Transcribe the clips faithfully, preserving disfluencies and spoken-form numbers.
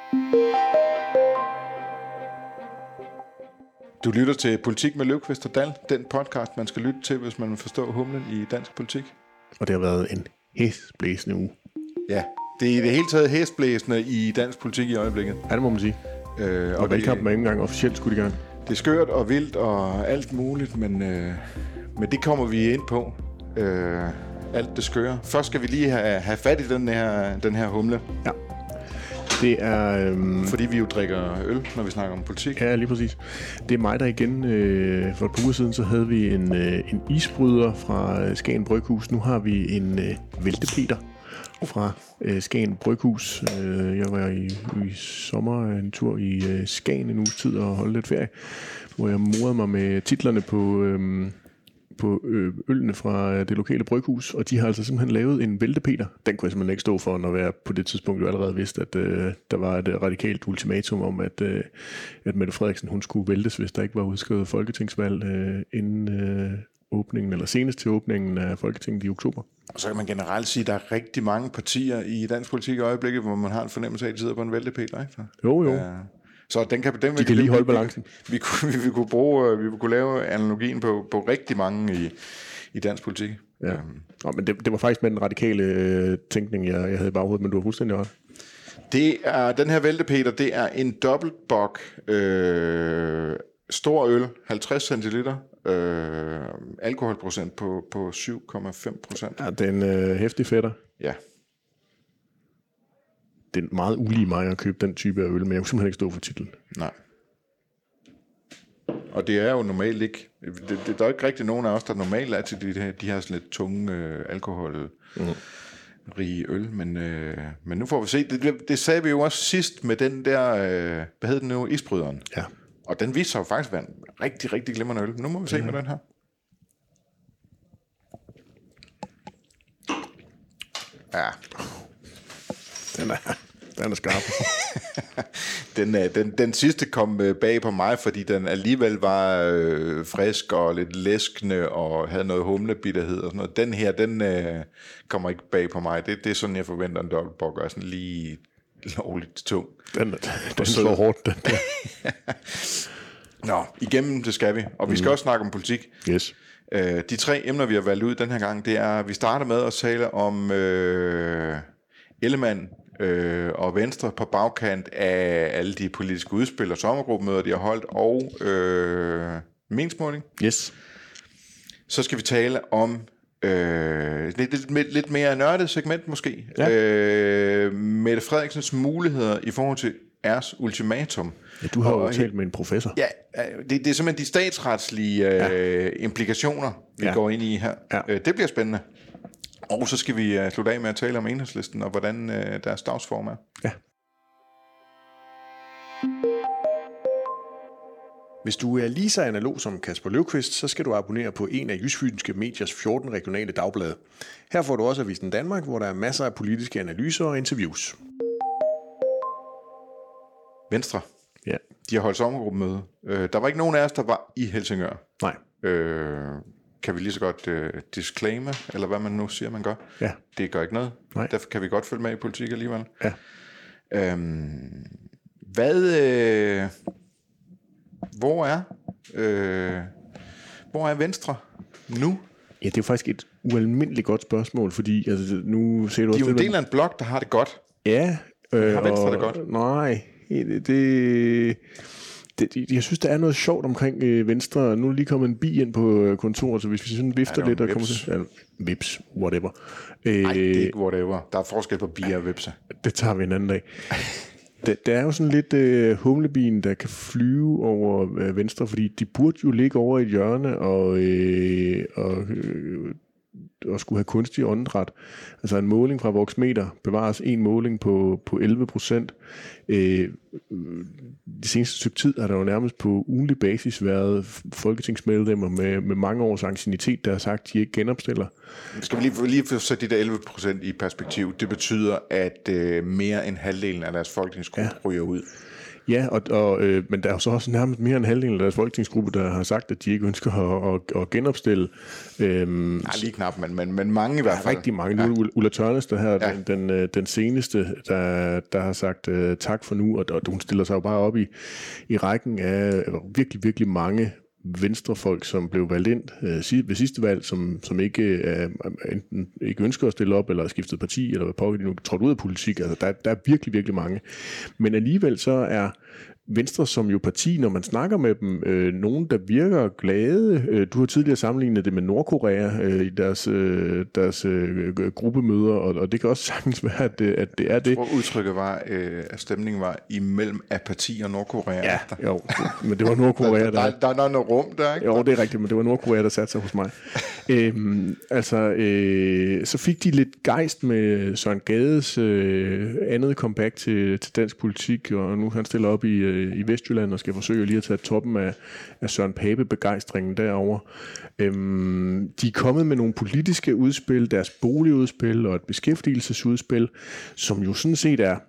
Du lytter til Politik med Løvqvist og Dahl, den podcast, man skal lytte til, hvis man vil forstå humlen i dansk politik. Og det har været en hæsblæsende uge. Ja, det er i det hele taget hæsblæsende i dansk politik i øjeblikket. Ja, det må man sige. Øh, og og valgkampen er ikke engang officielt skudt i gang. Det er skørt og vildt og alt muligt, men, øh, men det kommer vi ind på. Øh, alt det skøre. Først skal vi lige have, have fat i den her, den her humle. Ja. Det er... Øhm... Fordi vi jo drikker øl, når vi snakker om politik. Ja, lige præcis. Det er mig, der igen... Øh, for et par uger siden, så havde vi en, øh, en isbryder fra Skagen Bryghus. Nu har vi en øh, Væltepeter fra øh, Skagen Bryghus. Øh, jeg var i, i sommer en tur i øh, Skagen en uges tid og holdt lidt ferie, hvor jeg morede mig med titlerne på... Øh, på ølene fra det lokale bryghus, og de har altså simpelthen lavet en Væltepeter. Den kunne jeg simpelthen ikke stå for, når jeg på det tidspunkt jo allerede vidste, at øh, der var et radikalt ultimatum om, at, øh, at Mette Frederiksen hun skulle væltes, hvis der ikke var udskrevet folketingsvalg øh, inden øh, åbningen, eller senest til åbningen af Folketinget i oktober. Og så kan man generelt sige, at der er rigtig mange partier i dansk politik i øjeblikket, hvor man har en fornemmelse af, at de sidder på en Væltepeter, ikke? Jo, jo. Ja. Så den kan, den de kan lige holde balancen. Vi, vi, kunne, vi, vi, kunne bruge, vi kunne lave analogien på, på rigtig mange i, i dansk politik. Ja. Um. Nå, men det, det var faktisk med den radikale øh, tænkning, jeg, jeg havde i baghovedet, men du har fuldstændig ret. Det er, den her Væltepeter, det er en dobbeltbok, øh, stor øl, halvtreds centiliter, øh, alkoholprocent på, på syv komma fem procent. Ja, det er en øh, heftig fætter. Ja. Det er meget ulige mig at købe den type af øl, men jeg kunne simpelthen ikke stå for titlen. Nej. Og det er jo normalt ikke... Det, det, der er ikke rigtig nogen af os, der normalt er til de her, de her sådan lidt tunge øh, alkoholrige mm. øl, men, øh, men nu får vi se. Det, det, det sagde vi jo også sidst med den der... Øh, hvad hed den nu? Isbryderen. Ja. Og den viste sig jo faktisk være en rigtig, rigtig glimrende øl. Nu må vi se ja. med den her. Ja... Den er, den er skarp. den, den, den sidste kom bag på mig, fordi den alligevel var øh, frisk og lidt læskende og havde noget humlebitterhed og sådan noget. Den her, den øh, kommer ikke bag på mig. Det, det er sådan, jeg forventer en dobbeltbok, og er sådan lige lovligt tung. Den, den, den slår hårdt, den der. Nå, igennem det skal vi. Og vi skal mm. også snakke om politik. Yes. Øh, de tre emner, vi har valgt ud den her gang, det er, vi starter med at tale om øh, Ellemann øh, og Venstre på bagkant af alle de politiske udspil og sommergruppemøder, de har holdt, og øh, meningsmåling. Yes. Så skal vi tale om øh, lidt, lidt, lidt mere nørdet segment måske. Ja. Øh, Mette Frederiksens muligheder i forhold til R's ultimatum. Ja, du har jo talt med en professor. Ja, det, det er simpelthen de statsretslige øh, ja. implikationer, vi ja. går ind i her. Ja. Øh, det bliver spændende. Og så skal vi uh, slutte af med at tale om Enhedslisten og hvordan uh, deres dagsform er. Ja. Hvis du er lige så analog som Kasper Løvqvist, så skal du abonnere på en af Jysfynske Mediers fjorten regionale dagblade. Her får du også Avisen Danmark, hvor der er masser af politiske analyser og interviews. Venstre. Ja. De har holdt sommergruppemøde. Uh, der var ikke nogen af os, der var i Helsingør. Nej. Uh, kan vi lige så godt uh, disclaimer, eller hvad man nu siger, man gør. Ja. Det gør ikke noget. Nej. Derfor kan vi godt følge med i politik alligevel. Ja. Øhm, hvad... Øh, hvor er... Øh, hvor er Venstre nu? Ja, det er jo faktisk et ualmindeligt godt spørgsmål, fordi altså, nu ser du De også... er jo en del af en blok, der har det godt. Ja. Øh, har Venstre og, det godt? Nej, det... det Det, jeg synes, der er noget sjovt omkring øh, Venstre. Nu er lige kommet en bi ind på øh, kontoret, så hvis vi sådan vifter lidt... og kommer til, ja, vips, whatever. Nej, øh, det er ikke whatever. Der er forskel på bier og vipse. Det tager vi en anden dag. Der, der er jo sådan lidt øh, humlebien, der kan flyve over øh, Venstre, fordi de burde jo ligge over i et hjørne og... Øh, og øh, og skulle have kunstig åndedræt. Altså en måling fra Voxmeter bevares en måling på, på elleve procent. Øh, de seneste stykke tid har der jo nærmest på ugentlig basis været folketingsmedlemmer med, med mange års anciennitet, der har sagt, at de ikke genopstiller. Skal vi lige, lige få sætte de der elleve procent i perspektiv? Det betyder, at øh, mere end halvdelen af deres folketingsgruppe ja. ryger ud. Ja, og, og, øh, men der er jo så også nærmest mere end halvdelen af deres folketingsgruppe, der har sagt, at de ikke ønsker at, at, at genopstille. Øhm, Nej, lige knap, men men, men, men mange i hvert fald. Ja, rigtig mange. Nu er det Ulla Tørnes, der her, ja. den, den, den seneste, der, der har sagt uh, tak for nu, og, og hun stiller sig jo bare op i, i rækken af virkelig, virkelig mange venstrefolk, som blev valgt ind øh, ved sidste valg, som, som ikke, øh, enten ikke ønsker at stille op, eller har skiftet parti, eller hvad pokker de nu trådt ud af politik. Altså, der, der er virkelig, virkelig mange. Men alligevel så er Venstre som jo parti, når man snakker med dem, øh, nogen, der virker glade. Øh, du har tidligere sammenlignet det med Nordkorea øh, i deres, øh, deres øh, gruppemøder, og, og det kan også sagtens være, at det, at det er det. Jeg tror, udtrykket var, øh, at stemningen var imellem apati og Nordkorea. Ja, jo, men det var Nordkorea, der... der, der, der er noget rum der, ikke? Jo, det er rigtigt, men det var Nordkorea, der satte sig hos mig. øhm, altså, øh, så fik de lidt gejst med Søren Gades øh, andet comeback til, til dansk politik, og nu han stiller op i øh, i Vestjylland og skal forsøge lige at tage toppen af, af Søren Pape-begejstringen derovre. Øhm, de er kommet med nogle politiske udspil, deres boligudspil og et beskæftigelsesudspil, som jo sådan set er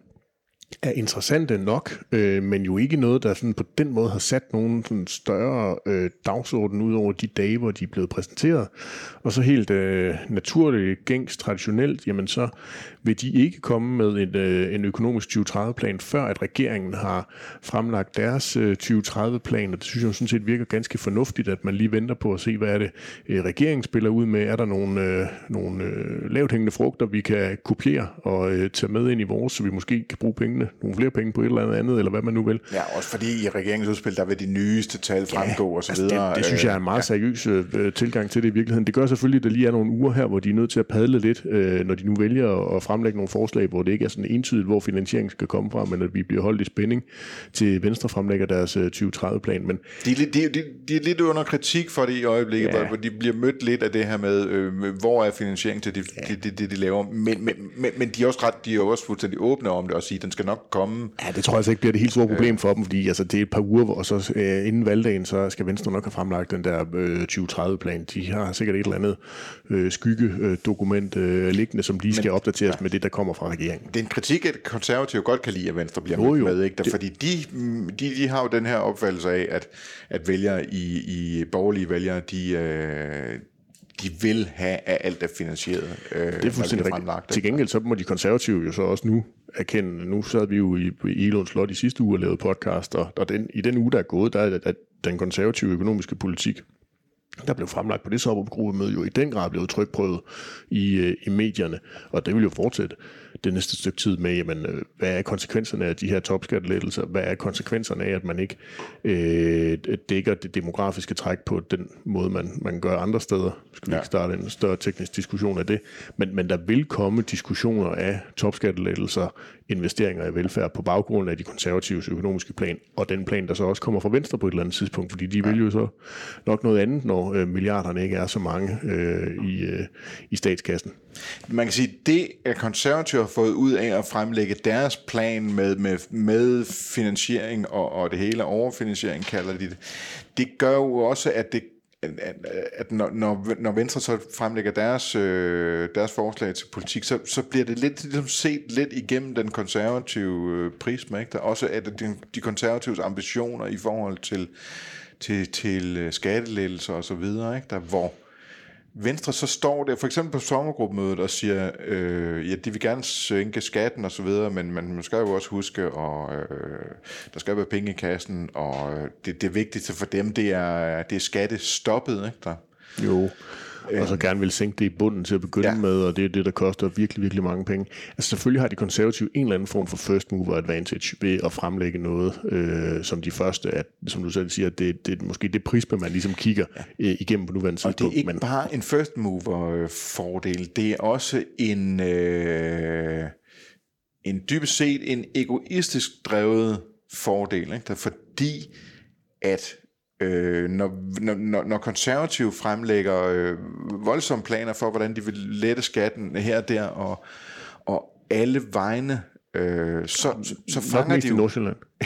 er interessante nok, øh, men jo ikke noget, der sådan på den måde har sat nogen sådan større øh, dagsorden ud over de dage, hvor de er blevet præsenteret. Og så helt øh, naturligt, gængs, traditionelt, jamen så vil de ikke komme med en, øh, en økonomisk tyve tredive-plan, før at regeringen har fremlagt deres øh, tyve tredive-plan, og det synes jeg sådan set virker ganske fornuftigt, at man lige venter på at se, hvad er det, øh, regeringen spiller ud med. Er der nogle, øh, nogle øh, lavt hængende frugter, vi kan kopiere og øh, tage med ind i vores, så vi måske kan bruge pengene, nogle flere penge på et eller andet, eller hvad man nu vil. Ja, også fordi i regeringsudspil, der vil de nyeste tal fremgå, ja, og så altså videre. Det, det synes jeg er en meget seriøs øh, tilgang til det i virkeligheden. Det gør selvfølgelig, at der lige er nogle uger her, hvor de er nødt til at padle lidt, øh, når de nu vælger at fremlægge nogle forslag, hvor det ikke er sådan entydigt, hvor finansieringen skal komme fra, men at vi bliver holdt i spænding til Venstre fremlægger deres øh, tyve tredive-plan. Men de, de, de, de er lidt under kritik for det i øjeblikket, ja. Hvor de bliver mødt lidt af det her med, øh, hvor er finansieringen til det, ja. det, det, det, de laver. Men, men, men, men de er også ret, de er også fuldstændig åbne om det og sige, at den skal nok komme. Ja, det tror jeg altså ikke bliver det helt store problem for dem, fordi altså, det er et par uger, og så øh, inden valgdagen, så skal Venstre nok have fremlagt den der øh, tyve tredive-plan. De har sikkert et eller andet øh, skyggedokument øh, liggende, som lige skal men, opdateres ja. med det, der kommer fra regeringen. Det er en kritik, at konservative godt kan lide, at Venstre bliver jo, jo. med, ikke? Der, det... fordi de, de, de har jo den her opfattelse af, at, at vælgere i, i borgerlige vælgere, de... Øh, de vil have, at alt er finansieret. Øh, det er fuldstændig rigtigt. Til gengæld så må de konservative jo så også nu erkende, nu sad vi jo i, i Elund Slot i sidste uge og lavede podcast, og, og den, i den uge, der er gået, der er der, den konservative økonomiske politik, der blev fremlagt på det soppergruppemøde, jo i den grad blevet trykprøvet i, i medierne, og det vil jo fortsætte det næste stykke tid med, jamen, hvad er konsekvenserne af de her topskattelettelser? Hvad er konsekvenserne af, at man ikke øh, dækker det demografiske træk på den måde, man, man gør andre steder? Skal vi ja. ikke starte en større teknisk diskussion af det? Men, men der vil komme diskussioner af topskattelettelser, investeringer i velfærd på baggrund af de konservatives økonomiske plan, og den plan, der så også kommer fra Venstre på et eller andet tidspunkt, fordi de ja. vil jo så nok noget andet, når øh, milliarderne ikke er så mange øh, i, øh, i statskassen. Man kan sige, det at konservative har fået ud af at fremlægge deres plan med, med, med finansiering og, og det hele overfinansiering, kalder de det, det gør jo også, at det at, at når, når, når Venstre så fremlægger deres, øh, deres forslag til politik, så, så bliver det lidt ligesom set lidt igennem den konservative øh, prisme, ikke? Der også er det de, de konservatives ambitioner i forhold til, til, til skattelettelser og så videre, ikke? Der hvor Venstre så står der for eksempel på sommergruppemødet og siger, øh, ja, de vil gerne sænke skatten og så videre, men man skal jo også huske, og øh, der skal være penge i kassen, og det, det vigtigste for dem, det er, det er skattestoppet, ikke der? Jo, og så gerne vil sænke det i bunden til at begynde ja. med, og det er det, der koster virkelig, virkelig mange penge. Altså selvfølgelig har de konservative en eller anden form for first mover advantage ved at fremlægge noget øh, som de første, at, som du selv siger, det, det er måske det prisme, man ligesom kigger ja. øh, igennem på nuværende tidspunkt. Og det er ikke men... bare en first mover fordel, det er også en, øh, en dybest set en egoistisk drevet fordel, ikke? Der, fordi at Øh, når, når, når konservative fremlægger øh, voldsomme planer for, hvordan de vil lette skatten her og der, og, og alle vegne, øh, så, så, så fanger de jo... det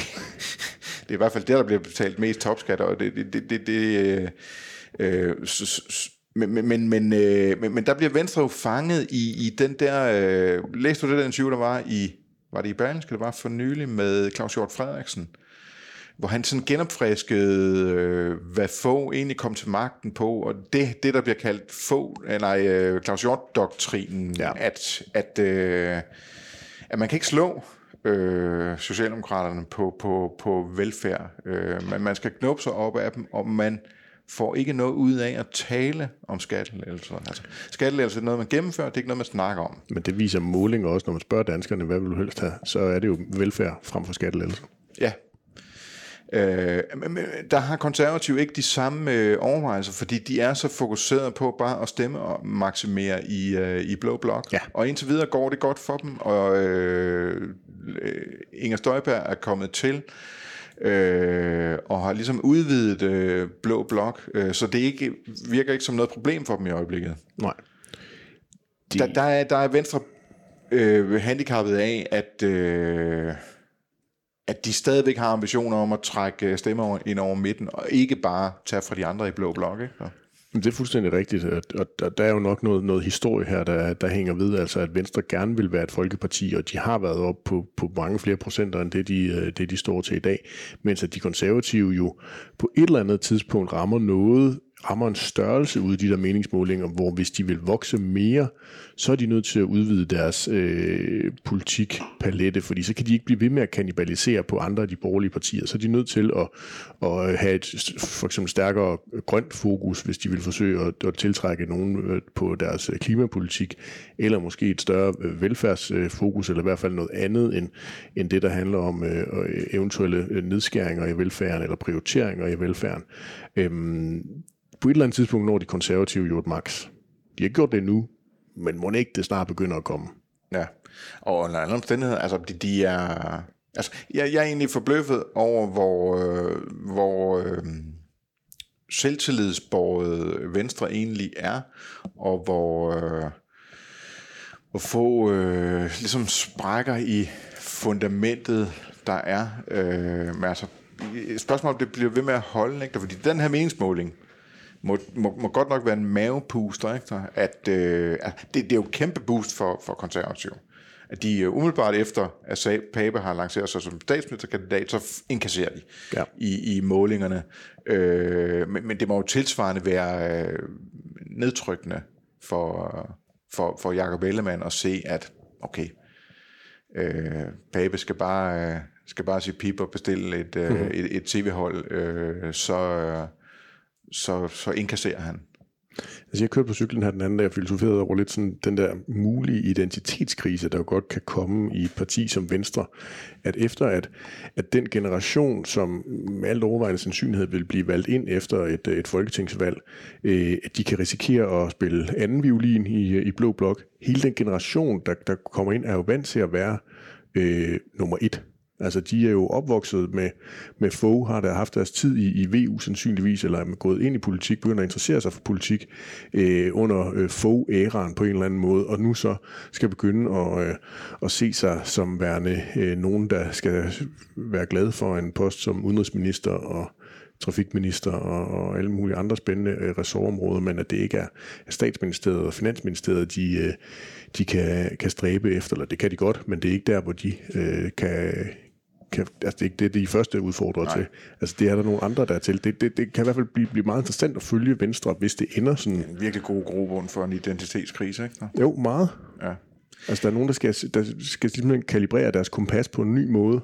er i hvert fald det, der bliver betalt mest topskatter, og det... det, det, det, det øh, så, så, men, men, men, øh, men, men der bliver Venstre jo fanget i, i den der... Øh, læste du det der interview, der var i... Var det i Berlingske, det var for nylig med Claus Hjort Frederiksen? hvor han sådan genopfriskede, øh, hvad Fogh egentlig kom til magten på, og det, det der bliver kaldt Fogh, nej, øh, Claus Hjort-doktrinen, ja. at, at, øh, at man kan ikke slå øh, Socialdemokraterne på, på, på velfærd. Øh, man, man skal knuppe sig op af dem, og man får ikke noget ud af at tale om skattelettelser. Altså, skattelettelser er noget, man gennemfører, det er ikke noget, man snakker om. Men det viser målinger også, når man spørger danskerne, hvad vil du helst have, så er det jo velfærd frem for skattelettelser. Ja. Øh, der har konservative ikke de samme øh, overvejelser, fordi de er så fokuseret på bare at stemme og maksimere i, øh, i blå blok. Ja. Og indtil videre går det godt for dem, og øh, Inger Støjberg er kommet til, Øh, og har ligesom udvidet øh, blå blok, øh, så det ikke, virker ikke som noget problem for dem i øjeblikket. Nej. De... Der, der, er, der er Venstre øh, handicappet af, at, øh, at de stadigvæk har ambitioner om at trække stemmer ind over midten, og ikke bare tage fra de andre i blå blok, ikke? Så. Det er fuldstændig rigtigt, og der er jo nok noget, noget historie her, der, der hænger ved, altså at Venstre gerne vil være et folkeparti, og de har været op på, på mange flere procenter end det de, det, de står til i dag, mens at de konservative jo på et eller andet tidspunkt rammer noget, rammer en størrelse ude i de der meningsmålinger, hvor hvis de vil vokse mere, så er de nødt til at udvide deres øh, politikpalette, fordi så kan de ikke blive ved med at kannibalisere på andre af de borgerlige partier. Så er de nødt til at, at have et for eksempel stærkere grønt fokus, hvis de vil forsøge at, at tiltrække nogen på deres klimapolitik, eller måske et større velfærdsfokus, eller i hvert fald noget andet end, end det, der handler om øh, eventuelle nedskæringer i velfærden, eller prioriteringer i velfærden. Øhm, På et eller andet tidspunkt når de konservative jo et max. De har ikke gjort det endnu, men må ikke det snart begynder at komme. Ja, og under andre omstændigheder, altså de, de er... Altså, jeg, jeg er egentlig forbløffet over, hvor, øh, hvor øh, selvtillidsbåret Venstre egentlig er, og hvor, øh, hvor få øh, ligesom sprækker i fundamentet, der er. Øh, men altså, spørgsmålet det bliver ved med at holde, ikke? Fordi den her meningsmåling, Må, må, må godt nok være en mavepuster, ikke? At, øh, det, det er jo et kæmpe boost for, for konservative. At de øh, umiddelbart efter, at Pape har lanceret sig som statsministerkandidat, så inkasserer de ja. i, i målingerne. Øh, men, men det må jo tilsvarende være øh, nedtrykkende for, for, for Jakob Ellemann at se, at okay, øh, Pape skal bare, øh, skal bare sige pip og bestille et, øh, mm-hmm. et, et tv-hold, øh, så... Øh, Så, så inkasserer han. Altså jeg kørte på cyklen her den anden dag og filosoferede over lidt sådan den der mulige identitetskrise, der jo godt kan komme i et parti som Venstre, at efter at, at den generation, som med alt overvejende sandsynlighed vil blive valgt ind efter et, et folketingsvalg, øh, at de kan risikere at spille anden violin i, i blå blok. Hele den generation, der, der kommer ind, er jo vant til at være øh, nummer et. Altså, de er jo opvokset med, med Fogh, har der haft deres tid i, i V U sandsynligvis, eller er gået ind i politik, begynder at interessere sig for politik øh, under øh, Fogh-æraen på en eller anden måde, og nu så skal begynde at, øh, at se sig som værende øh, nogen, der skal være glad for en post som udenrigsminister og trafikminister og, og alle mulige andre spændende øh, ressortområder, men at det ikke er statsministeriet og finansministeriet, de, øh, de kan, kan stræbe efter, eller det kan de godt, men det er ikke der, hvor de øh, kan... Kan, altså det er ikke det, de første udfordrer til. Altså det er der nogle andre, der er til. Det, det, det kan i hvert fald blive, blive meget interessant at følge Venstre, hvis det ender sådan... En virkelig god grobund for en identitetskrise, ikke? Jo, meget. Ja. Altså der er nogen, der skal, der skal simpelthen kalibrere deres kompas på en ny måde.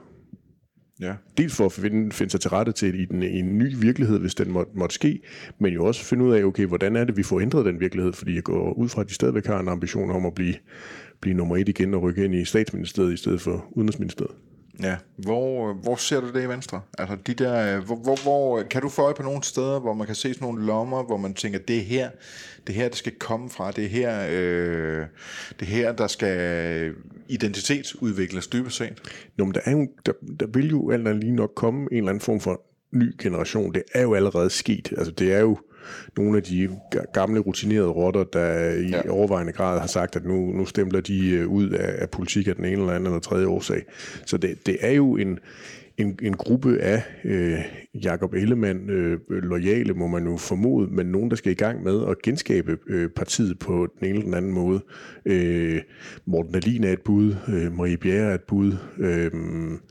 Ja. Dels for at finde, finde sig til rette til i, den, i en ny virkelighed, hvis den må, måtte ske, men jo også finde ud af, okay, hvordan er det, vi får ændret den virkelighed, fordi jeg går ud fra, at de stadigvæk har en ambition om at blive, blive nummer et igen og rykke ind i statsministeriet i stedet for udenrigsministeriet. Ja, hvor, hvor ser du det i Venstre? Altså de der, hvor, hvor, hvor, kan du få øje på nogle steder, hvor man kan se sådan nogle lommer, hvor man tænker, det er her, det her, det skal komme fra, det er her, øh, det her, der skal identitetsudvikles dybest set? Nå, men der, er jo, der, der vil jo alt andet lige nok komme en eller anden form for ny generation. Det er jo allerede sket. Altså det er jo nogle af de gamle rutinerede rotter, der i ja. overvejende grad har sagt, at nu, nu stempler de ud af, af politik af den ene eller anden eller tredje årsag. Så det, det er jo en, en, en gruppe af øh, Jakob Ellemann øh, loyale, må man jo formode, men nogen, der skal i gang med at genskabe øh, partiet på den ene eller den anden måde. Øh, Morten Dahlin er et bud, øh, Marie Bjerre er et bud, øh,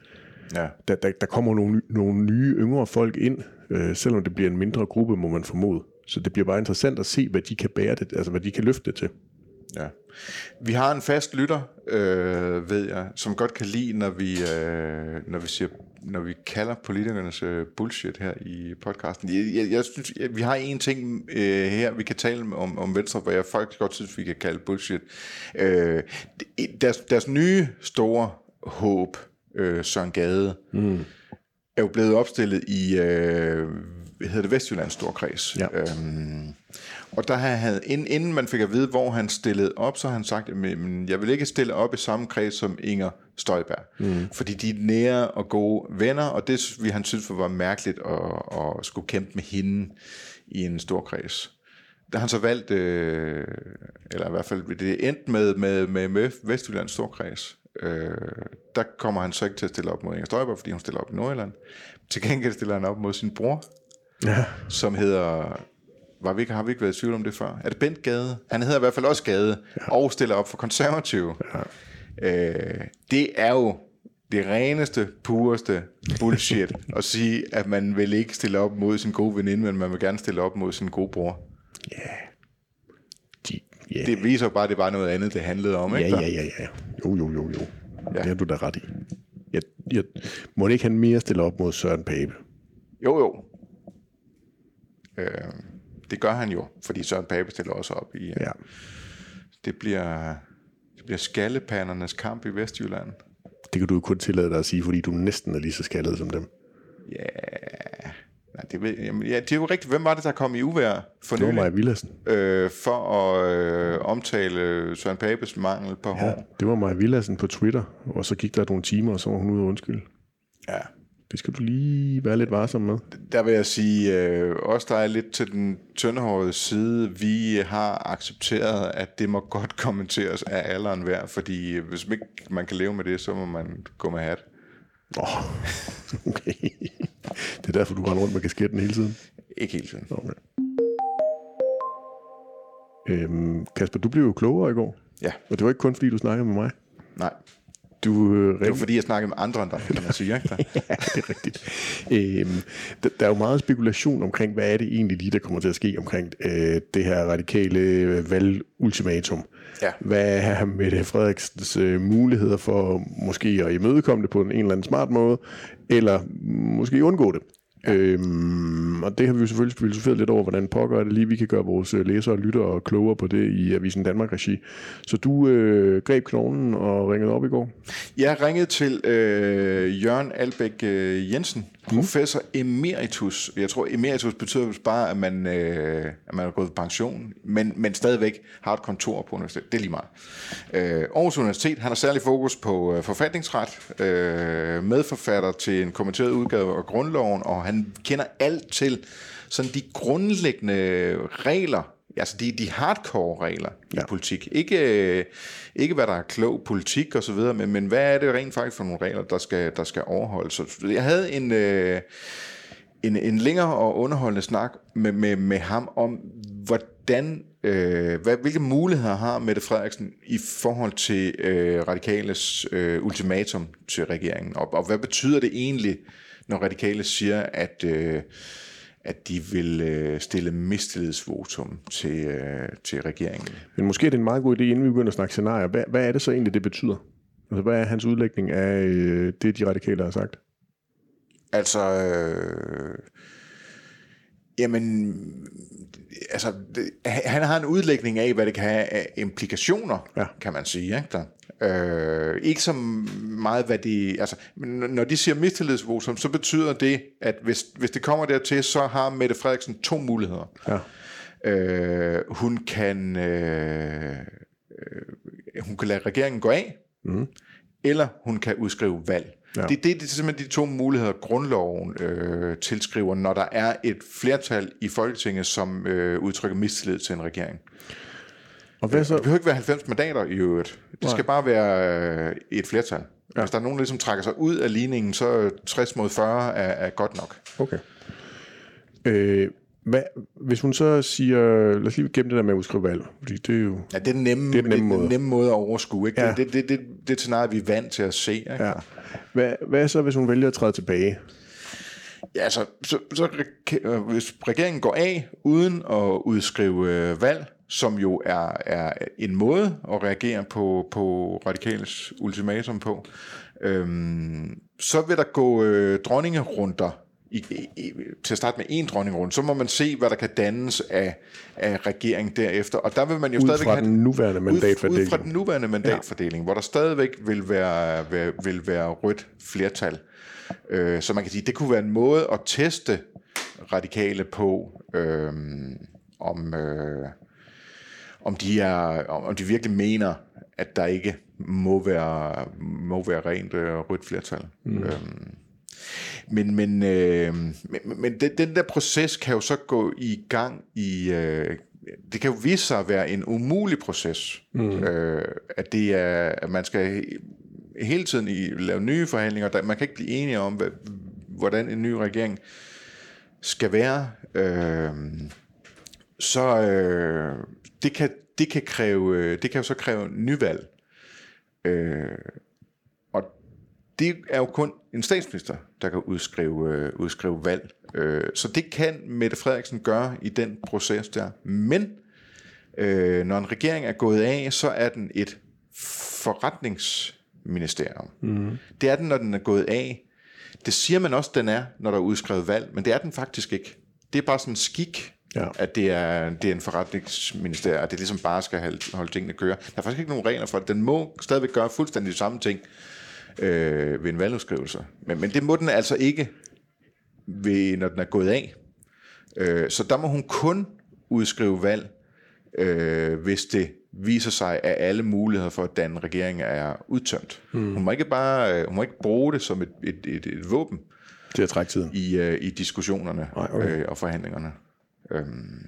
Ja. Der, der, der kommer nogle, nogle nye, yngre folk ind, øh, selvom det bliver en mindre gruppe, må man formode. Så det bliver bare interessant at se, hvad de kan bære det, altså hvad de kan løfte det til. Ja. Vi har en fast lytter, øh, ved jeg, som godt kan lide, når vi, øh, når vi siger, når vi kalder politikernes øh, bullshit her i podcasten. Jeg, jeg, jeg synes, jeg, vi har en ting øh, her, vi kan tale om, om Venstre, hvor jeg faktisk godt synes, vi kan kalde bullshit. Øh, deres, deres nye store håb, øh, Søren Gade, mm. er jo blevet opstillet i øh, hvad hedder det, Vestjyllands Storkreds. Ja. Øhm, og der havde, inden man fik at vide, hvor han stillede op, så har han sagt, at jeg vil ikke stille op i samme kreds som Inger Støjberg. Mm. Fordi de er nære og gode venner, og det vi han synes var mærkeligt at, at skulle kæmpe med hende i en stor kreds. Der har han så valgt, øh, eller i hvert fald det er endt med, med, med, med Vestjyllands Storkreds. Øh, der kommer han så ikke til at stille op mod Inger Støjberg, fordi hun stiller op i Nordjylland. Til gengæld stiller han op mod sin bror, ja. Som hedder... Var vi ikke, har vi ikke været i tvivl om det før? Er det Bent Gade? Han hedder i hvert fald også Gade, ja. Og stiller op for konservative. Ja. Øh, det er jo det reneste, pureste bullshit at sige, at man vil ikke stille op mod sin gode veninde, men man vil gerne stille op mod sin gode bror. Ja. De, yeah. Det viser bare, at det var noget andet, det handlede om, ikke? Ja, ja, ja, ja. Jo, jo, jo, jo. Ja. Det har du da ret i. Jeg, jeg, må ikke han mere stille op mod Søren Pape? Jo, jo. Øh, det gør han jo, fordi Søren Pape stiller også op i... Ja. Det bliver, det bliver skallepandernes kamp i Vestjylland. Det kan du jo kun tillade dig at sige, fordi du næsten er lige så skaldet som dem. Ja... Nej, det, ved, jamen, ja, det er jo rigtigt. Hvem var det, der kom i uvejr for nylig? Det var Maja Villadsen. Øh, for at øh, omtale Søren Papes mangel på hår. Ja, det var Maja Villadsen på Twitter, og så gik der nogle timer, og så var hun ude og undskylde. Ja. Det skal du lige være lidt varsom med. Der vil jeg sige, øh, os der er lidt til den tyndehårede side, vi har accepteret, at det må godt kommenteres af alle og enhver, fordi hvis ikke man kan leve med det, så må man gå med hat. Åh, oh, okay. Det er derfor, du går rundt med kasketten hele tiden? Ikke hele tiden. Okay. Øhm, Kasper, du blev jo klogere i går. Ja. Og det var ikke kun, fordi du snakkede med mig. Nej. Du, øh, det var fordi, jeg snakkede med andre end dig, kan man sige, ikke? Ja, det er rigtigt. Øhm, der, der er jo meget spekulation omkring, hvad er det egentlig lige, der kommer til at ske omkring øh, det her radikale valgultimatum. Ja. Hvad er Mette Frederiksens øh, muligheder for måske at imødekomme det på en, en eller anden smart måde, eller måske undgå det? Ja. Øhm, og det har vi jo selvfølgelig filosoferet lidt over, hvordan pokker det lige, vi kan gøre vores læsere og lyttere klogere på det i Avisen Danmark-regi. Så du øh, greb knoglen og ringede op i går? Jeg ringede til øh, Jørgen Albæk øh, Jensen, professor emeritus. Jeg tror, emeritus betyder bare, at man, øh, at man er gået på pension, men, men stadigvæk har et kontor på universitetet. Det er lige meget. Øh, Aarhus Universitet, han har særlig fokus på øh, forfatningsret, øh, medforfatter til en kommenteret udgave af Grundloven, og han kender alt til sådan de grundlæggende regler, altså de, de hardcore regler ja. I politik. Ikke, ikke hvad der er klog politik og så videre, men, men hvad er det rent faktisk for nogle regler, der skal, der skal overholdes. Så jeg havde en, øh, en, en længere og underholdende snak med, med, med ham om, hvordan, øh, hvad, hvilke muligheder har Mette Frederiksen i forhold til øh, radikales øh, ultimatum til regeringen, og, og hvad betyder det egentlig, når radikale siger, at øh, at de vil øh, stille mistillidsvotum til, øh, til regeringen. Men måske er det en meget god idé, inden vi begynder at snakke scenarier. Hvad, hvad er det så egentlig, det betyder? Altså, hvad er hans udlægning af øh, det, de radikale har sagt? Altså, øh, jamen, altså, det, han har en udlægning af, hvad det kan have af implikationer, ja. Kan man sige, ikke der? Øh, ikke så meget, hvad de... Altså, når de siger mistillidsvotum, så betyder det, at hvis, hvis det kommer dertil, så har Mette Frederiksen to muligheder. Ja. Øh, hun kan øh, øh, hun kan lade regeringen gå af, mm. eller hun kan udskrive valg. Ja. Det, det, det er simpelthen de to muligheder, grundloven øh, tilskriver, når der er et flertal i Folketinget, som øh, udtrykker mistillid til en regering. Og hvad så? Det behøver ikke være halvfems mandater i øvrigt. Det Nej. Skal bare være øh, et flertal. Ja. Hvis der er nogen, der ligesom trækker sig ud af ligningen, så tres mod fyrre er, er godt nok. Okay. Øh, Hvad, hvis hun så siger, lad os lige gemme det der med at udskrive valg, fordi det er jo... Ja, det er den nemme, det er den nemme, det er måde. den nemme måde at overskue, ikke? Ja. Det, det, det, det, det er et scenarie, vi er vant til at se, ikke? Ja. Hvad, hvad så, hvis hun vælger at træde tilbage? Ja, altså, så, så hvis regeringen går af uden at udskrive øh, valg, som jo er, er en måde at reagere på, på radikales ultimatum på, øhm, så vil der gå øh, dronningerunder i, i, til at starte med en dronningerunde, så må man se, hvad der kan dannes af, af regeringen derefter, og der vil man jo ud stadigvæk fra have... den nuværende mandatfordeling. Ud fra den nuværende mandatfordeling, ja. Hvor der stadigvæk vil være, vil, vil være rødt flertal. Øh, så man kan sige, det kunne være en måde at teste radikale på, øh, om, øh, om, de er, om de virkelig mener, at der ikke må være, må være rent øh, rødt flertal. Mm. Øh, men men, øh, men, men den, den der proces kan jo så gå i gang i... Øh, det kan jo vise sig at være en umulig proces. Mm. Øh, at, det er, at man skal... hele tiden i lave nye forhandlinger. Der, man kan ikke blive enige om, hvad, hvordan en ny regering skal være. Øh, så øh, det, kan, det, kan kræve, det kan jo så kræve nyvalg. Øh, og det er jo kun en statsminister, der kan udskrive, øh, udskrive valg. Øh, så det kan Mette Frederiksen gøre i den proces der. Men øh, når en regering er gået af, så er den et forretnings ministerium. Mm. Det er den, når den er gået af. Det siger man også, den er, når der er udskrevet valg, men det er den faktisk ikke. Det er bare sådan en skik, ja. At det er, det er en forretningsministerium, at det ligesom bare skal holde, holde tingene køre. Der er faktisk ikke nogen regler for det. Den må stadigvæk gøre fuldstændig de samme ting øh, ved en valgudskrivelse. Men, men det må den altså ikke, ved, når den er gået af. Øh, så der må hun kun udskrive valg, øh, hvis det viser sig, at alle muligheder for at danne regering er udtømt. Mm. Hun må ikke bare, hun må ikke bruge det som et, et, et, et våben til at trække tiden i, uh, i diskussionerne. Nej, okay. øh, og forhandlingerne. Øhm.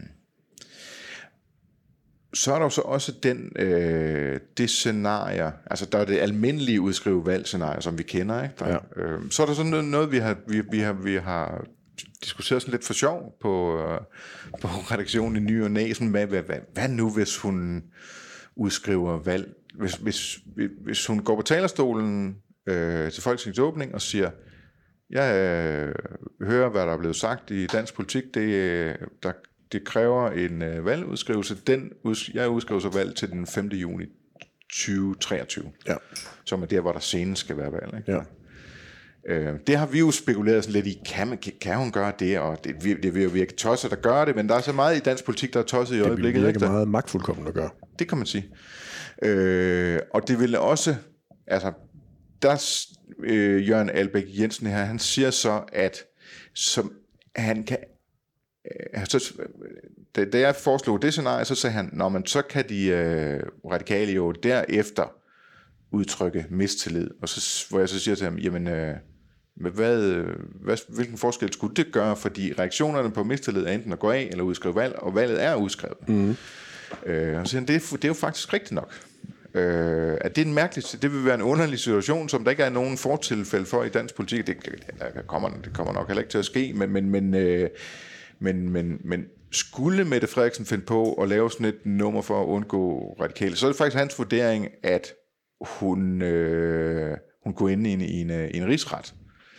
Så er der jo så også den, øh, det scenarie, altså der er det almindelige udskrive valg-scenarie, som vi kender, ikke? Der, ja. øh, så er der sådan noget, noget vi, har, vi, vi, har, vi har diskuteret sådan lidt for sjov på, øh, på redaktionen i Ny og Næ, sådan hvad, hvad, hvad, hvad nu, hvis hun udskriver valg? Hvis, hvis, hvis hun går på talerstolen øh, til Folketingets åbning og siger, jeg øh, hører, hvad der er blevet sagt i dansk politik, det, der, det kræver en øh, valgudskrivelse. Den, jeg udskriver så valg til den femte juni tyve treogtyve, ja. Som er der, hvor der senest skal være valg. Ikke? Ja. Øh, det har vi jo spekuleret sådan lidt i, kan, kan hun gøre det, og det, det vil jo virke tosset at gøre det, men der er så meget i dansk politik, der er tosset i det øjeblikket. Det vil virke meget magtfuldkommen at gøre. Det kan man sige. Øh, og det vil også, altså, der øh, Jørgen Albæk Jensen her, han siger så, at som han kan, øh, så, da, da jeg foreslog det scenarie, så sagde han, nå, men så kan de øh, radikale jo derefter udtrykke mistillid, og så, hvor jeg så siger til ham, jamen, øh, hvad, hvad, hvilken forskel skulle det gøre, fordi reaktionerne på mistillid er enten at gå af, eller udskrive valg, og valget er udskrevet. Mm. Øh, og så siger han, det er, det er jo faktisk rigtigt nok. Øh, at det er en mærkelig, det vil være en underlig situation, som der ikke er nogen fortilfælde for i dansk politik. Det, det, kommer, det kommer nok heller ikke til at ske, men, men, men, øh, men, men, men skulle Mette Frederiksen finde på at lave sådan et nummer for at undgå radikale, så er det faktisk hans vurdering, at hun, øh, hun går ind i en, i en, i en rigsret.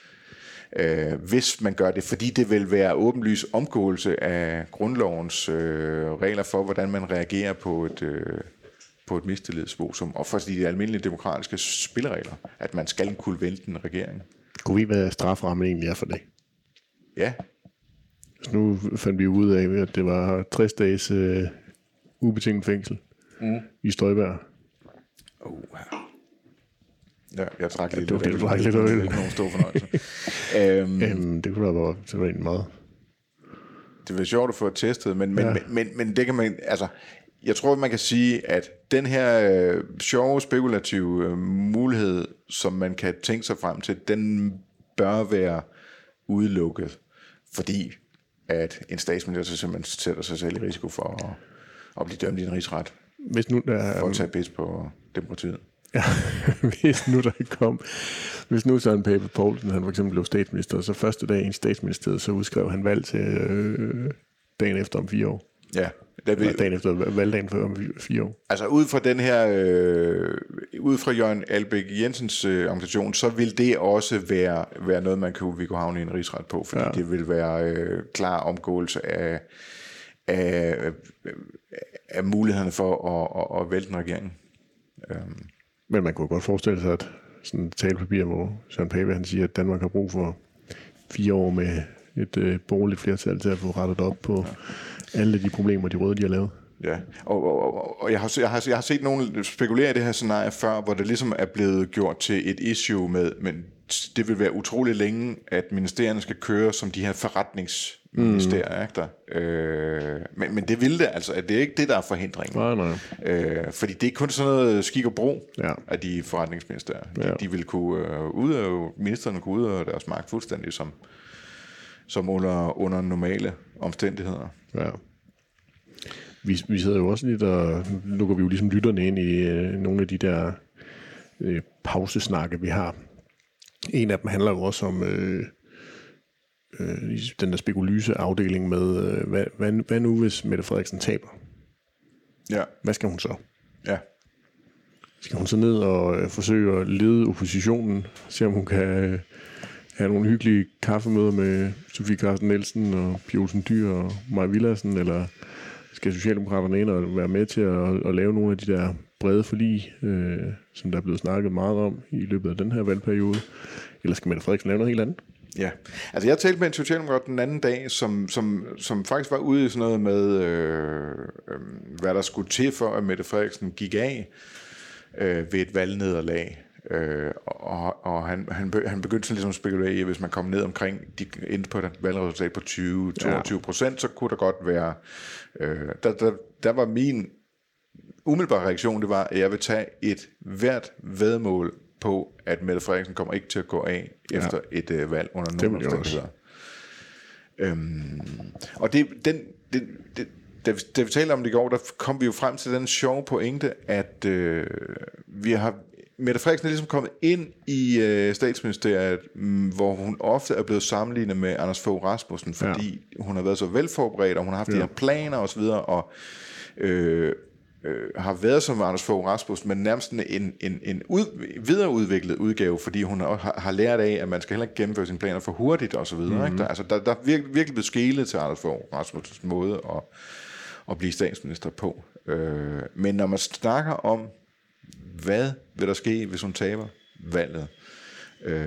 Øh, hvis man gør det, fordi det vil være åbenlys omgåelse af grundlovens øh, regler for, hvordan man reagerer på et, øh, på et mistillidsvotum, og for de almindelige demokratiske spilleregler, at man skal kunne vælte en regering. Kunne vi hvad straframmen egentlig er for det? Ja. Så nu fandt vi ud af, at det var tres dages øh, ubetinget fængsel mm. i Støjberg. Oh, ja, jeg trak ja, lidt. Det var det, du drak lidt øl. Det er ikke nogen stor fornøjelse. um, øhm, det kunne da være, det var egentlig meget. Det var sjovt at få testet, men, men, ja. men, men, men det kan man, altså, jeg tror, man kan sige, at den her øh, sjove, spekulative øh, mulighed, som man kan tænke sig frem til, den bør være udelukket, fordi at en statsminister simpelthen sætter sig selv i risiko for at, at blive dømt i en rigsret. Hvis nu der, for at tage pis på demokratiet. Ja, hvis nu der kom, hvis nu Søren Pape Poulsen, han for eksempel blev statsminister, så første dag i statsministeriet, så udskrev han valg til, øh, dagen efter om fire år. Ja. Der vil, dagen efter valgdagen for om fire år. Altså ud fra den her, øh, ud fra Jørgen Albæk Jensens øh, organisation, så vil det også være, være noget, man kunne, vi kunne havne i en rigsret på, fordi ja. det vil være øh, klar omgåelse af, af, af mulighederne for at, at, at vælte en regering. Um. Men man kunne godt forestille sig, at sådan et talepapir, hvor Søren Pape han siger, at Danmark har brug for fire år med et øh, borgerligt flertal til at få rettet op på ja. alle de problemer, de røde de har lavet. Ja, og, og, og jeg, har, jeg, har, jeg har set nogen spekulere i det her scenarie før, hvor det ligesom er blevet gjort til et issue med, men det vil være utrolig længe, at ministerierne skal køre som de her forretningsministerier, mm. ikke der? Øh, men, men det vil det altså, at det er ikke det, der er forhindringen. Nej, nej. Øh, fordi det er kun sådan noget skik og brug ja. af de forretningsministerier. Ja. De, de vil kunne øh, udøve, ministerne kunne udøve deres magt fuldstændig som, som under, under normale omstændigheder. Ja. Vi, vi sidder jo også lidt, og nu går vi jo ligesom lytterne ind i øh, nogle af de der øh, pausesnakke, vi har. En af dem handler jo også om øh, øh, den der spekulyse-afdeling med, øh, hvad, hvad, hvad nu hvis Mette Frederiksen taber? Ja. Hvad skal hun så? Ja. Skal hun så ned og øh, forsøge at lede oppositionen, se om hun kan øh, have nogle hyggelige kaffemøder med Sofie Carsten Nielsen og Pia Olsen Dyhr og Maja Villadsen, eller skal Socialdemokraterne ind og være med til at, at lave nogle af de der brede forlig, øh, som der er blevet snakket meget om i løbet af den her valgperiode? Eller skal Mette Frederiksen lave noget helt andet? Ja, altså jeg talte med en socialdemokrat den anden dag, som, som, som faktisk var ude i sådan noget med, øh, øh, hvad der skulle til for, at Mette Frederiksen gik af øh, ved et valgnederlag. Øh, og og han, han, han begyndte sådan ligesom at spekulere i, at hvis man kom ned omkring de endte på et valgresultat på tyve til toogtyve procent, så kunne der godt være øh, der, der, der var min umiddelbare reaktion, det var, at jeg vil tage et hvert væddemål på, at Mette Frederiksen kommer ikke til at gå af efter ja. et øh, valg under nogle omstændigheder. Øhm, og det, den, det, det, da, vi, da vi talte om det i går, der kom vi jo frem til den sjove pointe, at øh, vi har Mette Frederiksen er ligesom kommet ind i øh, statsministeriet, mm, hvor hun ofte er blevet sammenlignet med Anders Fogh Rasmussen, fordi ja. hun har været så velforberedt, og hun har haft ja. de her planer osv., og øh, øh, har været som Anders Fogh Rasmussen, men nærmest en, en, en ud, videreudviklet udgave, fordi hun har, har lært af, at man skal heller ikke gennemføre sine planer for hurtigt osv. Mm-hmm. Ikke? Der, altså, der, der er virkelig, virkelig blevet skelet til Anders Fogh Rasmussens måde at, at blive statsminister på. Øh, men når man snakker om, hvad vil der ske, hvis hun taber valget? Øh,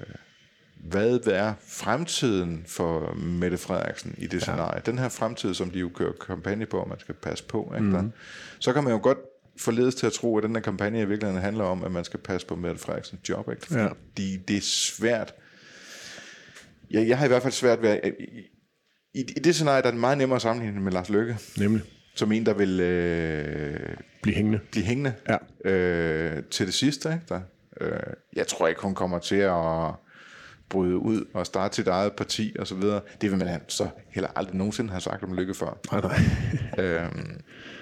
hvad er fremtiden for Mette Frederiksen i det ja. scenarie? Den her fremtid, som de jo kører kampagne på, og man skal passe på, ikke? Mm. Så kan man jo godt forledes til at tro, at den her kampagne i virkeligheden handler om, at man skal passe på Mette Frederiksens job. Ikke? Fordi ja. de, det er svært. Jeg, jeg har i hvert fald svært ved at, i, i, i det scenarie, der er det meget nemmere at sammenligne med Lars Løkke. Nemlig. Som en, der vil øh, blive hængende, blive hængende ja. øh, til det sidste. Ikke? Der, øh, jeg tror ikke, hun kommer til at bryde ud og starte sit eget parti og så videre. Det vil man så heller aldrig nogensinde have sagt om Løkke før. Nej, nej. øhm,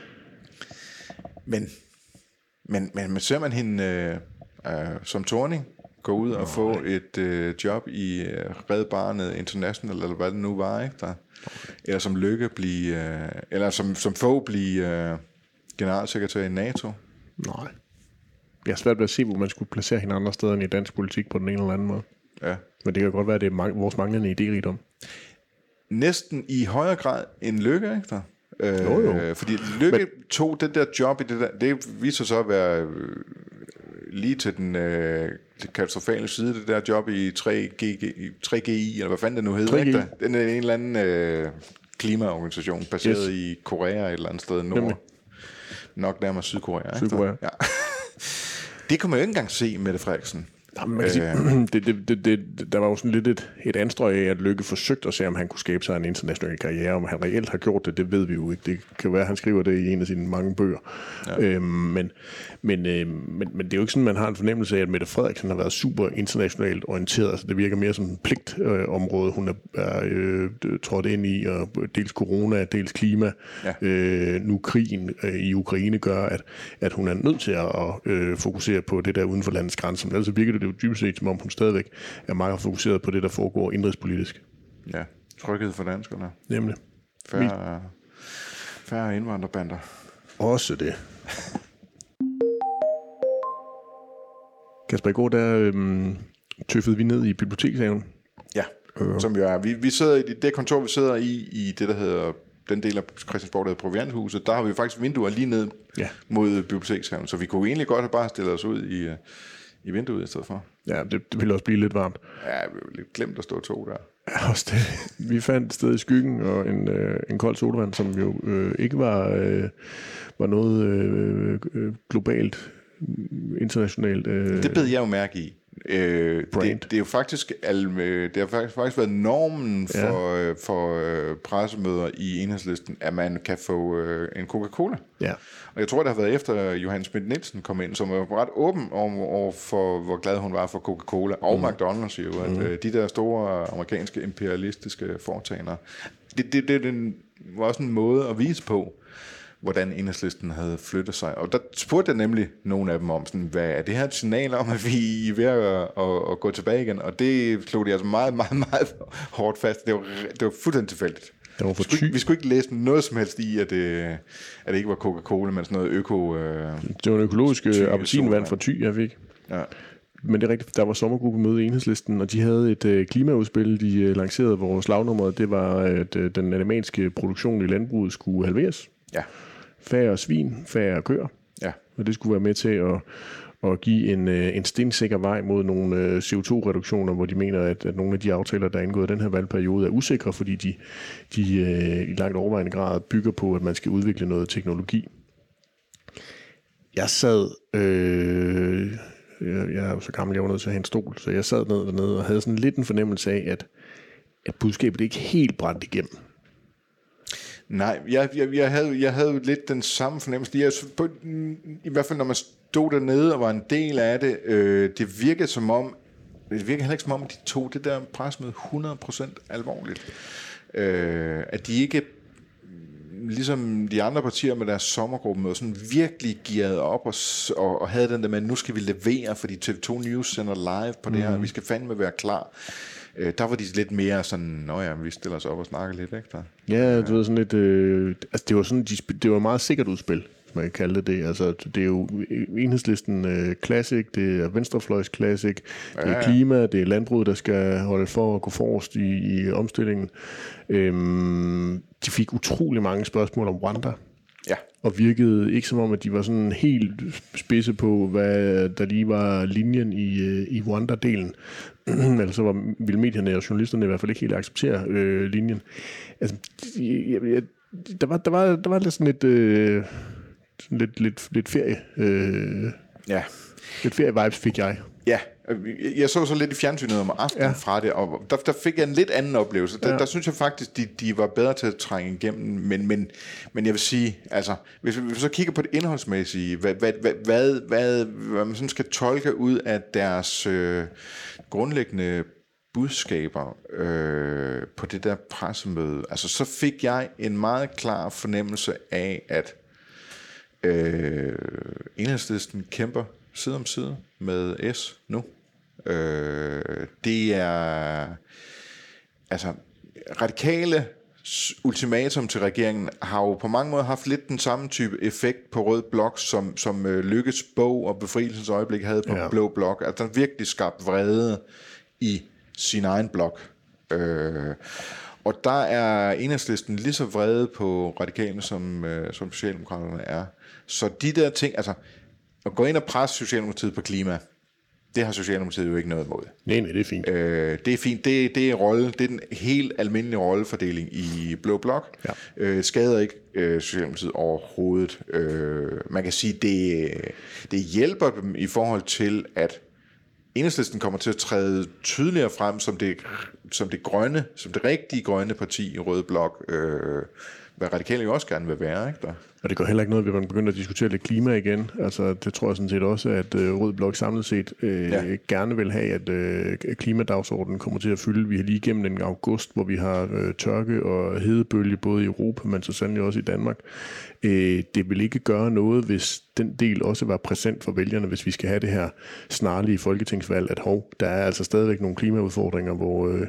men, men, men, men ser man hende øh, øh, som Thorning gå ud og Nå, få nej. et øh, job i øh, Red Barnet International, eller hvad det nu var, ikke? Der, eller som Løkke blive, øh, eller som, som Fogh blive øh, generalsekretær i NATO? Nej. Jeg er svært ved at se, hvor man skulle placere hende andre steder end i dansk politik på den ene eller anden måde. Ja. Men det kan godt være, at det er vores manglende idérigdom. Næsten i højere grad end Løkke, ikke der? Øh, jo, jo. Fordi Løkke Men... tog den der job i det der, det viser så at være øh, lige til den øh, katastrofale side, det der job i tre G I, eller hvad fanden det nu hedder, ikke der? Den er en eller anden øh, klimaorganisation, baseret yes. i Korea et eller andet sted nord. Nemlig. Nok nærmere Sydkorea. Sydkorea. Ja. Det kunne man jo ikke engang se, Mette Frederiksen. Jamen, man kan sige, det, det, det, det, der var jo sådan lidt et, et anstrøg af, at Løkke forsøgte at se, om han kunne skabe sig en international karriere. Om han reelt har gjort det, det ved vi jo ikke. Det kan være, at han skriver det i en af sine mange bøger. Ja. Øhm, men, men, øh, men, men det er jo ikke sådan, man har en fornemmelse af, at Mette Frederiksen har været super internationalt orienteret. Altså, det virker mere som en pligtområde, øh, hun er, er øh, trådt ind i, og dels corona, dels klima. Ja. Øh, nu krigen øh, i Ukraine gør, at, at hun er nødt til at øh, fokusere på det der uden for landets grænser. Men ellers virker det jo dybest set, som om hun stadigvæk er meget fokuseret på det, der foregår indrigspolitisk. Ja, tryghed for danskerne. Nemlig. Færre, færre indvandrerbander. Også det. Kasper, i går der øhm, tøffede vi ned i bibliotekshaven. Ja, øh. som jo er. Vi, vi sidder i det kontor, vi sidder i, i det, der hedder, den del af Christiansborg, der hedder Provianthuset. Der har vi faktisk vinduer lige ned ja. mod bibliotekshaven, så vi kunne egentlig godt have bare stillet os ud i, i vinduet i stedet for. Ja, det, det ville også blive lidt varmt. Ja, vi var lidt glemt at stå to der. Ja, også det. Vi fandt et sted i skyggen og en, øh, en kold sodavand, som jo øh, ikke var, øh, var noget øh, globalt, internationalt. Øh, det bed jeg jo mærke i. Øh, det, det er jo faktisk det har faktisk, faktisk været normen for, ja. for øh, pressemøder i Enhedslisten, at man kan få øh, en Coca-Cola. Ja. Og jeg tror, det har været efter Johanne Schmidt-Nielsen kom ind, som var ret åben over, over for, hvor glad hun var for Coca-Cola og mm. McDonald's jo, at mm. øh, de der store amerikanske imperialistiske foretagender, det, det, det, det var også en måde at vise på, hvordan Enhedslisten havde flyttet sig. Og der spurgte jeg nemlig nogle af dem om, sådan, hvad er det her et signal om, at vi er ved at, at, at gå tilbage igen? Og det slog de altså meget, meget, meget hårdt fast. Det var, det var fuldstændig tilfældigt. Det var for vi, skulle, vi skulle ikke læse noget som helst i, at det, at det ikke var Coca-Cola, men sådan noget øko... Øh, det var en økologisk appelsinvand fra Thy, jeg fik. Ja. Men det er rigtigt, der var sommergruppemøde i Enhedslisten, og de havde et øh, klimaudspil, de øh, lancerede, hvor slagnummeret, det var, at øh, den animalske produktion i landbruget skulle halveres. Ja. Færre svin, færre køer. Ja. Og det skulle være med til at, at give en, en stensikker vej mod nogle C O to reduktioner, hvor de mener, at, at nogle af de aftaler, der er indgået i den her valgperiode, er usikre, fordi de, de øh, i langt overvejende grad bygger på, at man skal udvikle noget teknologi. Jeg sad... Øh, jeg, jeg er jo så gammel, jeg var nødt til at have en stol, så jeg sad ned dernede og havde sådan lidt en fornemmelse af, at, at budskabet ikke helt brændte igennem. Nej, jeg, jeg, jeg, havde, jeg havde lidt den samme fornemmelse. Jeg, på, i hvert fald når man stod dernede og var en del af det, øh, det virkede som om, det virkede heller ikke som om, at de tog det der pressemøde hundrede procent alvorligt. Øh, at de ikke, ligesom de andre partier med deres sommergruppe, sådan virkelig gearede op og, og, og havde den der med, nu skal vi levere, fordi T V to News sender live på det her, mm. vi skal fandme være klar. Der var de lidt mere sådan, nå ja, vi stiller os op og snakker lidt, ikke der? Ja, det var sådan lidt, øh, altså det var sådan, de, det var meget sikkert udspil, hvis man kan kalde det det. Altså det er jo Enhedslisten øh, Classic, det er Venstrefløjs Classic, det er ja, ja. klima, det er landbruget, der skal holde for at gå forrest i, i omstillingen. Øhm, de fik utrolig mange spørgsmål om Rwanda. Ja. Og virkede ikke som om, at de var sådan helt spidse på, hvad der lige var linjen i, i Rwanda-delen. Eller så var, ville medierne og journalisterne i hvert fald ikke helt acceptere øh, linjen. Altså, jeg, jeg, der, var, der, var, der var lidt sådan lidt, øh, sådan lidt, lidt, lidt ferie. Øh, ja. Lidt ferie-vibes fik jeg. Ja, jeg så så lidt i fjernsynet om aftenen ja. fra det, og der, der fik jeg en lidt anden oplevelse. Der, ja. der synes jeg faktisk, de, de var bedre til at trænge igennem, men, men, men jeg vil sige, altså, hvis vi, hvis vi så kigger på det indholdsmæssige, hvad, hvad, hvad, hvad, hvad, hvad man sådan skal tolke ud af deres øh, grundlæggende budskaber øh, på det der pressemøde, altså så fik jeg en meget klar fornemmelse af, at øh, Enhedslisten kæmper side om side med S nu. Øh, det er altså radikale ultimatum til regeringen har jo på mange måder haft lidt den samme type effekt på rød blok, som, som uh, Lykkes bog og Befrielsens øjeblik havde på ja. blå blok. Altså den virkelig skabt vrede i sin egen blok. Øh, og der er Enhedslisten lige så vrede på radikale, som, uh, som Socialdemokraterne er. Så de der ting, altså at gå ind og presse Socialdemokratiet på klima, det har Socialdemokratiet jo ikke noget imod. Nej, nej, det er fint. Øh, det er fint. Det, det er rolle. Det er den helt almindelige rollefordeling i blå blok. Ja. Øh, skader ikke øh, Socialdemokratiet overhovedet. Øh, man kan sige, det, det hjælper dem i forhold til, at Enhedslisten kommer til at træde tydeligere frem som det, som det grønne, som det rigtige grønne parti i rød blok. Øh, hvad radikale jo også gerne vil være, ikke der? Og det går heller ikke noget, at vi begynder at diskutere lidt klima igen. Altså, det tror jeg sådan set også, at øh, Rød Blok samlet set øh, ja. gerne vil have, at øh, klimadagsordenen kommer til at fylde. Vi har lige igennem en august, hvor vi har øh, tørke og hedebølge både i Europa, men så sandelig også i Danmark. Øh, det vil ikke gøre noget, hvis den del også var præsent for vælgerne, hvis vi skal have det her snarlige folketingsvalg, at hov, der er altså stadigvæk nogle klimaudfordringer, hvor, øh,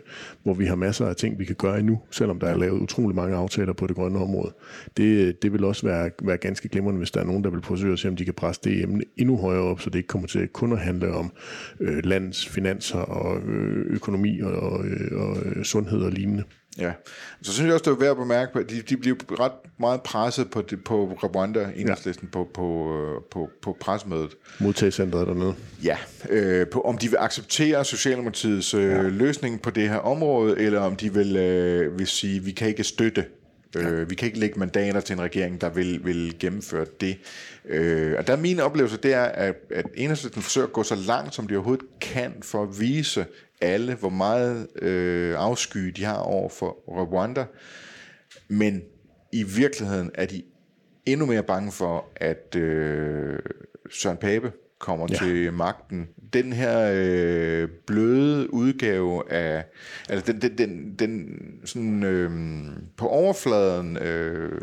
hvor vi har masser af ting, vi kan gøre endnu, selvom der er lavet utrolig mange aftaler på det grønne område. Det, det vil også være, være ganske glimrende, hvis der er nogen, der vil forsøge at se, om de kan presse det emne endnu højere op, så det ikke kommer til kun at handle om øh, landets finanser og øh, økonomi og, og, og øh, sundhed og lignende. Ja, så synes jeg også, det er værd at bemærke, at de, de bliver ret meget presset på, det, på Rwanda, Enhedslisten, ja. på, på, på, på pressemødet. Modtagscentret dernede. Ja, øh, på, om de vil acceptere Socialdemokratiets øh, ja. løsning på det her område, eller om de vil, øh, vil sige, vi kan ikke støtte, ja. øh, vi kan ikke lægge mandater til en regering, der vil, vil gennemføre det. Øh, og der er min oplevelse, det er, at, at Enhedslisten forsøger at gå så langt, som de overhovedet kan, for at vise alle, hvor meget øh, afsky de har over for Rwanda, men i virkeligheden er de endnu mere bange for, at øh, Søren Pape kommer ja. til magten. Den her øh, bløde udgave af, altså den, den, den, den sådan øh, på overfladen øh,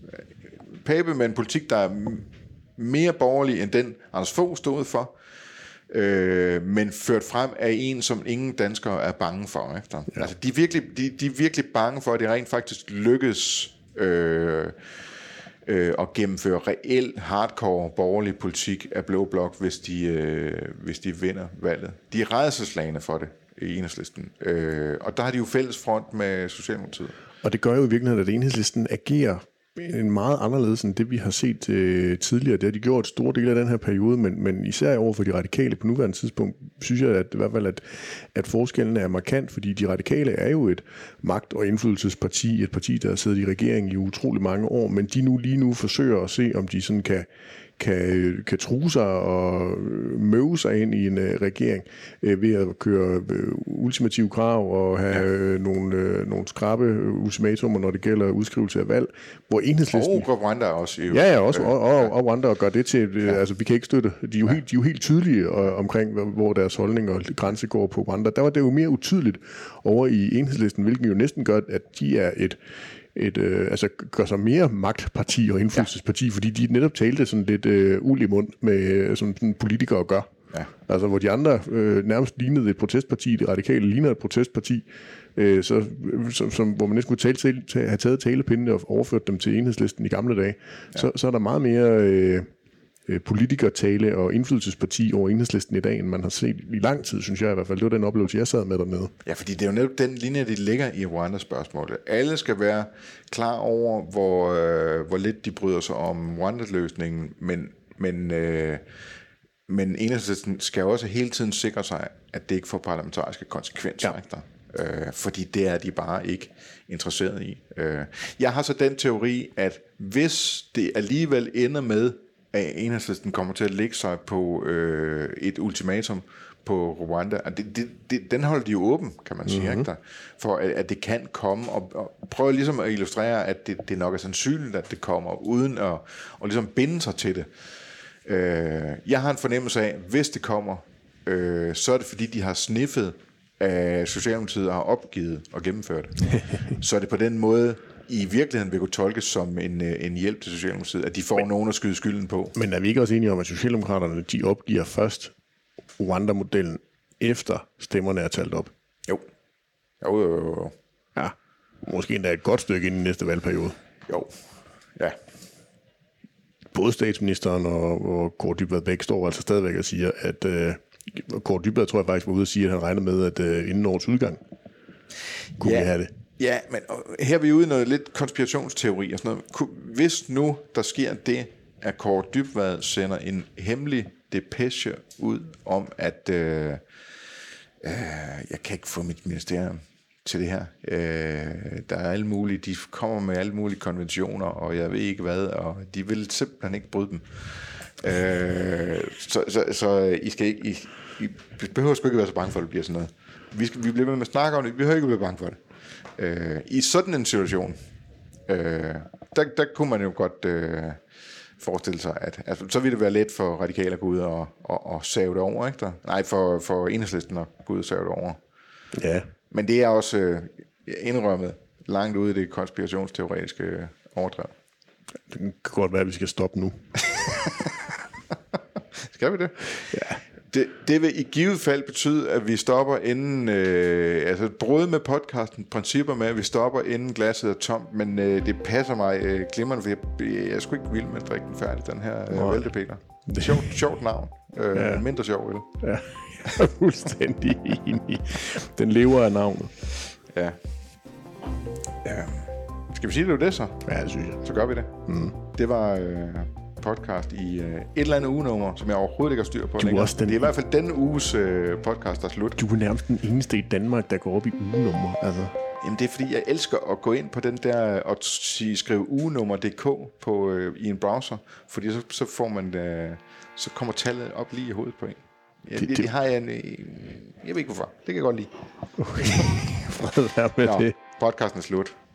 Pape med en politik, der er mere borgerlig end den Anders Fogh stod for, Øh, men ført frem af en, som ingen danskere er bange for. Efter. Ja. Altså, de, er virkelig, de, de er virkelig bange for, at det rent faktisk lykkes øh, øh, at gennemføre reel hardcore borgerlig politik af Blå Blok, hvis de, øh, hvis de vinder valget. De er rædselslagne for det i Enhedslisten. Øh, og der har de jo fælles front med Socialdemokratiet. Og det gør jo i virkeligheden, at Enhedslisten agerer en meget anderledes end det, vi har set øh, tidligere. Det har de gjort store dele af den her periode, men, men især over for de radikale på nuværende tidspunkt, synes jeg at, i hvert fald, at, at forskellen er markant, fordi de radikale er jo et magt- og indflydelsesparti, et parti, der har siddet i regeringen i utrolig mange år, men de nu lige nu forsøger at se, om de sådan kan kan, kan true sig og møve sig ind i en uh, regering uh, ved at køre uh, ultimative krav og have uh, nogle, uh, nogle skrappe ultimatumer, når det gælder udskrivelse af valg, hvor Enhedslisten... Og Rwanda også. Jo. Ja, ja, også, og, og, og Rwanda og gør det til... Uh, ja. Altså, vi kan ikke støtte. De er jo, ja. helt, de er jo helt tydelige uh, omkring, hvor deres holdning og grænse går på Rwanda. Der var det jo mere utydeligt over i Enhedslisten, hvilket jo næsten gør, at de er et et, øh, altså gør sig mere magtparti og indflydelsesparti, ja. Fordi de netop talte sådan lidt øh, uld i mund med som sådan politikere gør. Ja. Altså hvor de andre øh, nærmest lignede et protestparti, det radikale ligner et protestparti, øh, så, som, som, hvor man næsten kunne tale, tale, have taget talepindene og overført dem til Enhedslisten i gamle dage, ja. så, så er der meget mere øh, politikertale og indflydelsesparti over Enhedslisten i dag, end man har set i lang tid, synes jeg i hvert fald. Det var den oplevelse, jeg sad med dernede. Ja, fordi det er jo netop den linje, de ligger i Rwanda-spørgsmålet. Alle skal være klar over, hvor, øh, hvor lidt de bryder sig om Rwanda-løsningen, men, men, øh, men Enhedslisten skal også hele tiden sikre sig, at det ikke får parlamentariske konsekvenser. Ja. Øh, fordi det er de bare ikke interesseret i. Øh, jeg har så den teori, at hvis det alligevel ender med, at Enhedslisten kommer til at lægge sig på øh, et ultimatum på Rwanda. Det, det, det, den holder de jo åben, kan man sige, mm-hmm. ikke der? For at, at det kan komme, og, og prøve ligesom at illustrere, at det, det nok er sandsynligt, at det kommer, uden at og ligesom binde sig til det. Øh, jeg har en fornemmelse af, hvis det kommer, øh, så er det fordi, de har sniffet, at Socialdemokratiet har opgivet at gennemføre det. Så er det på den måde i virkeligheden vil kunne tolkes som en, en hjælp til Socialdemokratiet, at de får men, nogen at skyde skylden på. Men er vi ikke også enige om, at Socialdemokraterne de opgiver først Rwanda-modellen, efter stemmerne er talt op? Jo. Jo, jo, jo. Ja, måske endda et godt stykke inden næste valgperiode. Jo, ja. Både statsministeren og, og Kaare Dybvad Bek står altså stadigvæk og siger, at øh, Kaare Dybvad tror jeg faktisk var ude at sige, at han regner med, at øh, inden årets udgang kunne ja. vi have det. Ja, men her er vi ude i noget lidt konspirationsteori og sådan noget. Hvis nu der sker det, at Kaare Dybvad sender en hemmelig depeche ud om, at øh, øh, jeg kan ikke få mit ministerium til det her. Øh, der er alle mulige, de kommer med alle mulige konventioner, og jeg ved ikke hvad, og de vil simpelthen ikke bryde dem. Øh, så, så, så I skal ikke, I, I behøver sgu ikke være så bange for, at det bliver sådan noget. Vi, skal, vi bliver med at snakke om det, vi behøver ikke være bange for det. Øh, I sådan en situation, øh, der, der kunne man jo godt øh, forestille sig, at altså, så ville det være let for radikale at gå ud og, og, og save det over, ikke der? Nej, for, for Enhedslisten at gå ud og save det over. Ja. Men det er også øh, indrømmet langt ude i det konspirationsteoretiske overdrev. Det kan godt være, at vi skal stoppe nu. Skal vi det? Ja. Det, det vil i givet fald betyde, at vi stopper inden, øh, altså et brud med podcasten, principper med, at vi stopper inden glasset er tomt, men øh, det passer mig øh, glimrende, for jeg, jeg er sgu ikke vild med at drikke den færdig, den her øh, Væltepeter. Det er sjovt, sjovt navn, øh, ja. Mindre sjov, vel? Ja, jeg er fuldstændig enig. Den lever af navnet. Ja. Ja. Skal vi sige, det var det så? Ja, det synes jeg. Så gør vi det. Mm. Det var øh, podcast i øh, et eller andet ugenummer, som jeg overhovedet ikke har styr på. Du er også den... Det er i hvert fald denne uges øh, podcast, der er slut. Du er nærmest den eneste i Danmark, der går op i ugenummer. Altså. Jamen det er fordi, jeg elsker at gå ind på den der og sige, skrive ugenummer punktum d k på, øh, i en browser, fordi så, så får man øh, så kommer tallet op lige i hovedet på en. Ja, det, det, det har jeg en... Øh, jeg ved ikke hvorfor. Det kan jeg godt lide. Okay. Fred være med Nå, det. podcasten er slut.